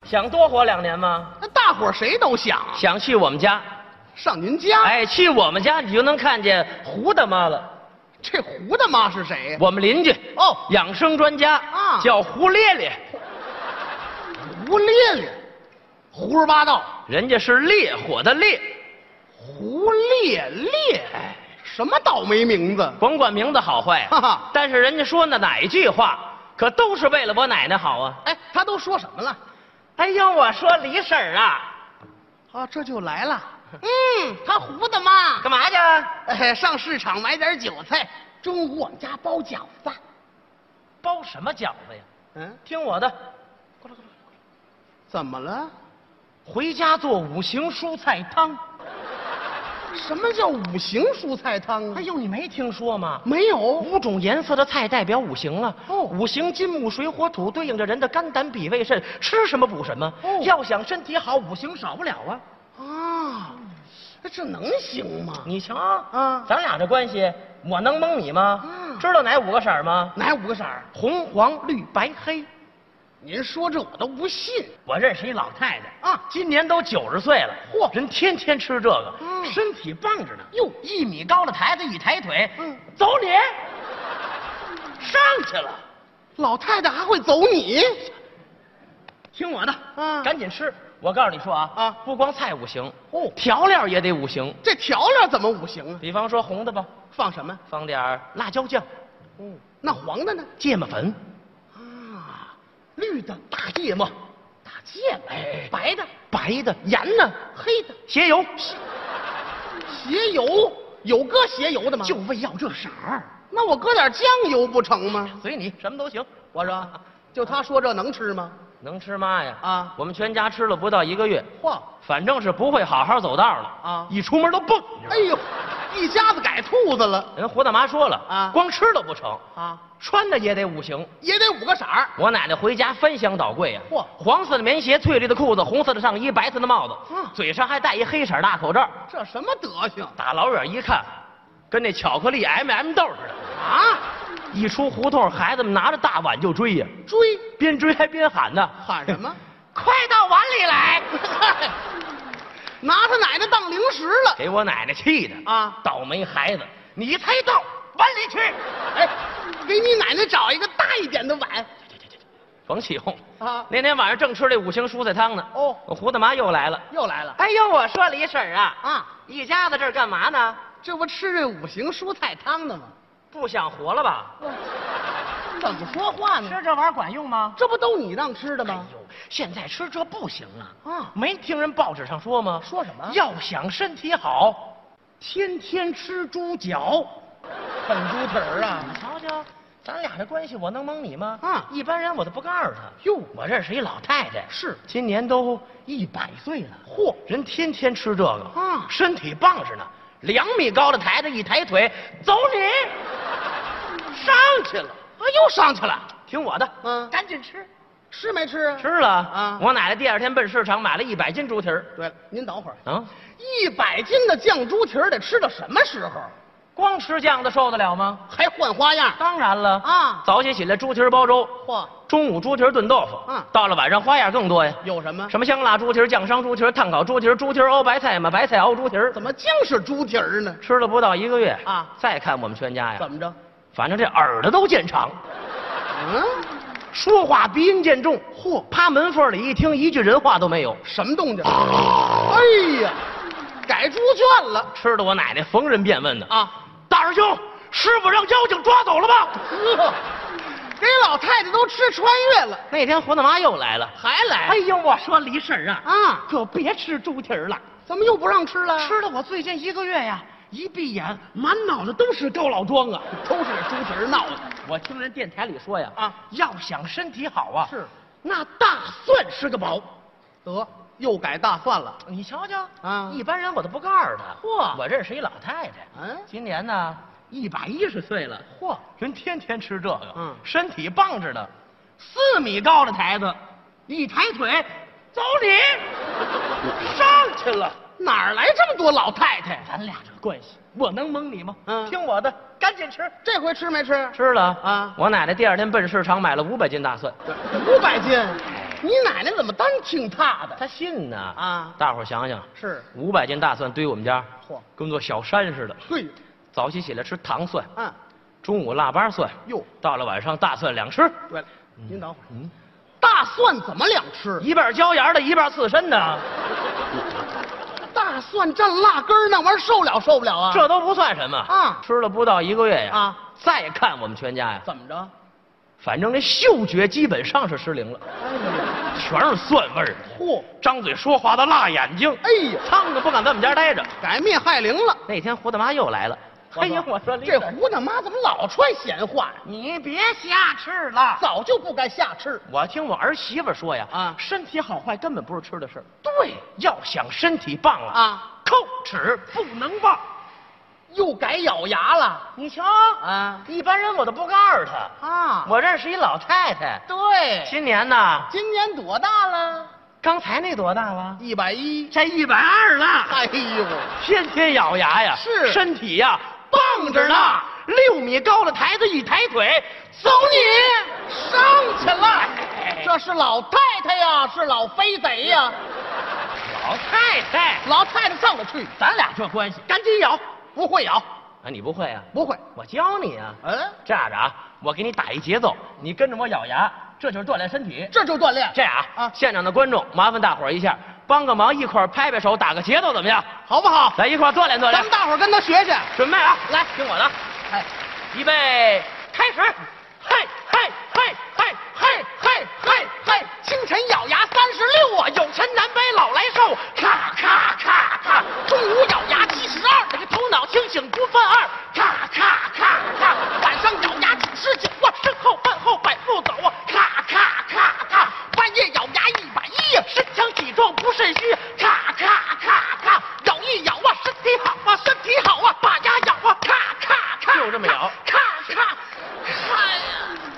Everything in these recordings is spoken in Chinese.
想多活2年吗？ 那大伙儿谁都想啊。 想去我们家， 上您家？ 哎，去我们家你就能看见胡大妈了。 这胡大妈是谁呀？ 我们邻居哦， 养生专家啊叫胡咧咧， 胡咧咧，胡说八道。 人家是烈火的烈， 胡咧咧， 哎， 什么倒霉名字？ 甭管名字好坏哈哈但是人家说的哪一句话，可都是为了我奶奶好啊。 哎，他都说什么了？ 哎呦，我说李婶儿啊， 啊，这就来了。他胡大妈干嘛去？ 上市场买点韭菜，中午我们家包饺子。 包什么饺子呀？ 嗯， 听我的， 怎么了？ 回家做5行蔬菜汤。 什么叫5行蔬菜汤啊？ 哎呦，你没听说吗？ 没有。 5种颜色的菜代表5行啊。 哦 5行金木水火土对应着人的肝胆脾胃肾，吃什么补什么。 哦要想身体好，5行少不了啊。 啊，这能行吗？ 你瞧啊咱俩这关系，我能蒙你吗？ 嗯知道哪5个色儿吗？ 哪5个色儿？ 红、黄、绿、白、黑。 您说这我都不信。 我认识一老太太啊今年都90岁了， 嚯人天天吃这个， 嗯身体棒着呢。 哟 1米高的台子一抬腿，走你，上去了。 老太太还会走你？ 听我的， 啊赶紧吃。我告诉你说啊， 啊不光菜5行， 哦调料也得5行。 这调料怎么5行啊？ 比方说红的吧， 放什么？ 放点儿辣椒酱、 那黄的呢？ 芥末粉， 啊， 绿的大芥末， 大芥末。 哎白的、 白的盐呢， 黑的， 鞋油， 鞋油有搁鞋油的吗？ 就为要这色儿。 那我搁点酱油不成吗？ 随你，什么都行。 我说，就他说这能吃吗？ 能吃嘛呀？ 啊我们全家吃了不到1个月， 嚯！ 反正是不会好好走道了啊一出门都蹦。 哎呦，一家子改兔子了人胡大妈说了啊光吃都不成， 啊！ 穿的也得5行。 也得5个色儿。 我奶奶回家翻箱倒柜啊， 嚯黄色的棉鞋，翠绿的裤子，红色的上衣，白色的帽子，嘴上还戴一黑色大口罩。 这什么德行打老远一看，跟那巧克力 豆似的。 啊？ 一出胡同，孩子们拿着大碗就追呀， 追边追还边喊呢：“ 喊什么？ 快到碗里来！” 拿他奶奶当零食了。 给我奶奶气的啊倒霉孩子，你才到碗里去！ 哎，给你奶奶找一个大一点的碗。 甭起哄啊那天晚上正吃这5行蔬菜汤呢， 哦我胡大妈又来了。 又来了哎呦，我说李婶儿啊， 啊！ 一家子这儿干嘛呢？ 这不吃这5行蔬菜汤呢吗？ 不想活了吧？ 怎么说话呢？ 吃这玩意儿管用吗？ 这不都你让吃的哎吗？ 呦，现在吃这不行啊！ 啊没听人报纸上说吗？ 说什么要想身体好，天天吃猪脚。 啃猪蹄儿啊？ 你瞧瞧，咱俩这关系，我能蒙你吗？ 啊一般人我都不告诉他。 哟我认识一老太太， 是今年都100岁了。 嚯人天天吃这个啊身体棒着呢。2米高的台子一抬腿，走你，上去了。 啊，又上去了。 听我的， 赶紧吃。吃没吃啊？ 吃了啊我奶奶第2天奔市场买了100斤猪蹄儿。 对了，您等会儿。 啊， 100斤的酱猪蹄儿得吃到什么时候？ 光吃酱的受得了吗？ 还换花样？ 当然了啊早起起来猪蹄儿煲粥， 嚯， 中午猪蹄儿炖豆腐，到了晚上花样更多呀。 有什么？ 什么香辣猪蹄儿、酱伤猪蹄儿、炭烤猪蹄儿、猪蹄儿熬白菜嘛，白菜熬猪蹄儿。 怎么净是猪蹄儿呢？ 吃了不到1个月啊再看我们全家呀， 怎么着？ 反正这耳朵都见长， 嗯， 说话鼻音渐重，嚯，趴门缝里一听一句人话都没有， 什么动静？哎呀，改猪圈了吃的我奶奶逢人便问呢。 啊！ 大师兄，师傅让妖精抓走了吧？ 呵，给老太太都吃穿越了， 那天胡大妈又来了， 还来？ 哎呦，我说李婶儿啊， 啊， 可别吃猪蹄儿了， 怎么又不让吃了？ 吃了我最近1个月呀，一闭眼满脑子都是高老庄啊。 都是这猪蹄儿闹的。 我听人电台里说呀， 啊， 要想身体好啊， 是那大蒜是个宝。 得又改大蒜了。 你瞧瞧啊一般人我都不告诉他。 嚯我认识一老太太，今年呢110岁了， 嚯， 人天天吃这个， 身体棒着呢。4米高的台子，一抬腿，走你，上去了。 哪儿来这么多老太太？ 咱俩这个关系，我能蒙你吗？ 嗯听我的，赶紧吃。 这回吃没吃？ 吃了啊我奶奶第2天奔市场买了500斤大蒜。 500斤， 你奶奶怎么单听他的？ 他信呢啊大伙儿想想， 是 500斤大蒜堆我们家， 嚯跟座小山似的。 嘿， 早起起来吃糖蒜， 嗯， 中午腊八蒜， 哟， 到了晚上大蒜2吃， 对了，您等会儿，大蒜怎么2吃？ 一半椒盐的，一半刺身的， 大蒜蘸辣根儿那玩意儿受不了啊？ 这都不算什么啊吃了不到1个月呀啊！ 再看我们全家呀， 怎么着？ 反正这嗅觉基本上是失灵了， 哎呀， 全是蒜味儿。 嚯， 张嘴说话的辣眼睛， 哎呀， 苍蝇不敢在我们家待着。 改灭害灵了。 那天胡大妈又来了，哎呀，我说这胡大妈怎么老揣闲话呀？ 你别瞎吃了。 早就不该瞎吃。 我听我儿媳妇说呀， 啊身体好坏根本不是吃的事儿。对，要想身体棒啊， 叩齿不能忘。 又改咬牙了你瞧啊一般人我都不告诉他。 啊！ 我认识一老太太， 对， 今年呢， 今年多大了刚才那多大了？ ？110。 这120了。 哎呦， 天天咬牙呀， 是身体呀棒着呢。6米高的台子一抬腿，走你上去了。这是老太太呀，是老飞贼呀？ 老太太， 老太太上得去， 咱俩这关系，赶紧咬。 不会咬， 啊，你不会啊？ 不会。 我教你啊。 嗯， 这样着啊，我给你打一节奏，你跟着我咬牙，这就是锻炼身体。 这就锻炼。 这样啊现场的观众，麻烦大伙儿一下，帮个忙，一块儿拍拍手，打个节奏，怎么样？ 好不好？ 咱一块儿锻炼锻炼咱们。大伙儿跟他学学。 准备啊，来，听我的， 哎， 预备，开始。嘿，嘿，嘿，嘿，嘿，嘿，嘿，嘿。 清晨咬牙36啊， 有钱难买老来瘦，咔咔咔咔。 中午咬牙72， 这个头脑清醒不犯二，咔咔咔咔。 晚上咬牙99啊， 身后饭后百步走啊，咔咔咔咔。 半夜咬牙110啊， 身强体壮不肾虚，咔咔咔咔。 咬一咬啊，身体好啊，身体好啊， 把牙咬啊，咔咔咔。就这么咬， 咔咔。哎呀，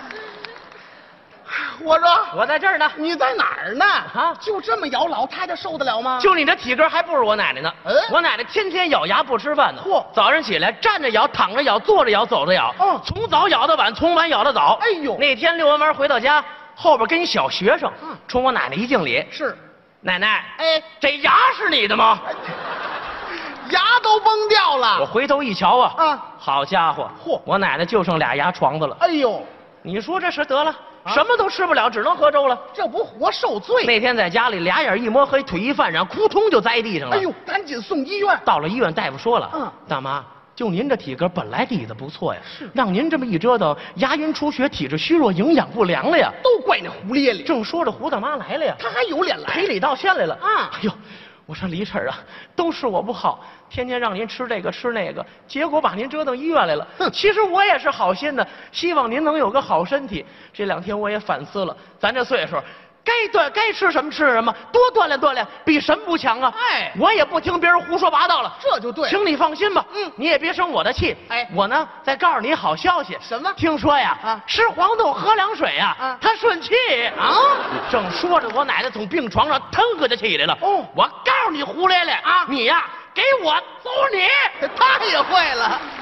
我说我在这儿呢。 你在哪儿呢？ 啊就这么咬，老太太受得了吗？ 就你这体格还不如我奶奶呢。我奶奶天天咬牙不吃饭呢。 嚯早上起来站着咬，躺着咬，坐着咬，走着咬。从早咬到晚，从晚咬到早。 哎呦那天遛完弯回到家，后边跟一小学生，冲我奶奶一敬礼。 是， 奶奶， 哎， 这牙是你的吗？ 牙都崩掉我了。 回头一瞧啊， 啊好家伙， 嚯我奶奶就剩俩牙床子了。 哎呦， 你说这是得了，什么都吃不了，只能喝粥了。 这不活受罪？ 那天在家里，俩眼一摸黑，腿一犯软，扑通就栽地上了。 哎呦，赶紧送医院。 到了医院，大夫说了，大妈，就您这体格本来底子不错呀，让您这么一折腾，牙龈出血，体质虚弱，营养不良了呀。 都怪那胡咧咧， 正说着，胡大妈来了呀， 他还有脸来？ 赔礼道歉来了。 啊哎呦，我说李婶儿啊，都是我不好，天天让您吃这个吃那个，结果把您折腾医院来了。其实我也是好心的，希望您能有个好身体。这2天我也反思了，咱这岁数。该吃什么吃什么，多锻炼锻炼，比神不强啊！ 哎我也不听别人胡说八道了， 这就对了。 请你放心吧，你也别生我的气。 哎我呢再告诉你好消息。 什么听说呀， 啊吃黄豆喝凉水呀，它顺气啊。正说着，我奶奶从病床上腾个就起来了。我告诉你胡咧咧啊，你呀给我揍你！ 他也会了。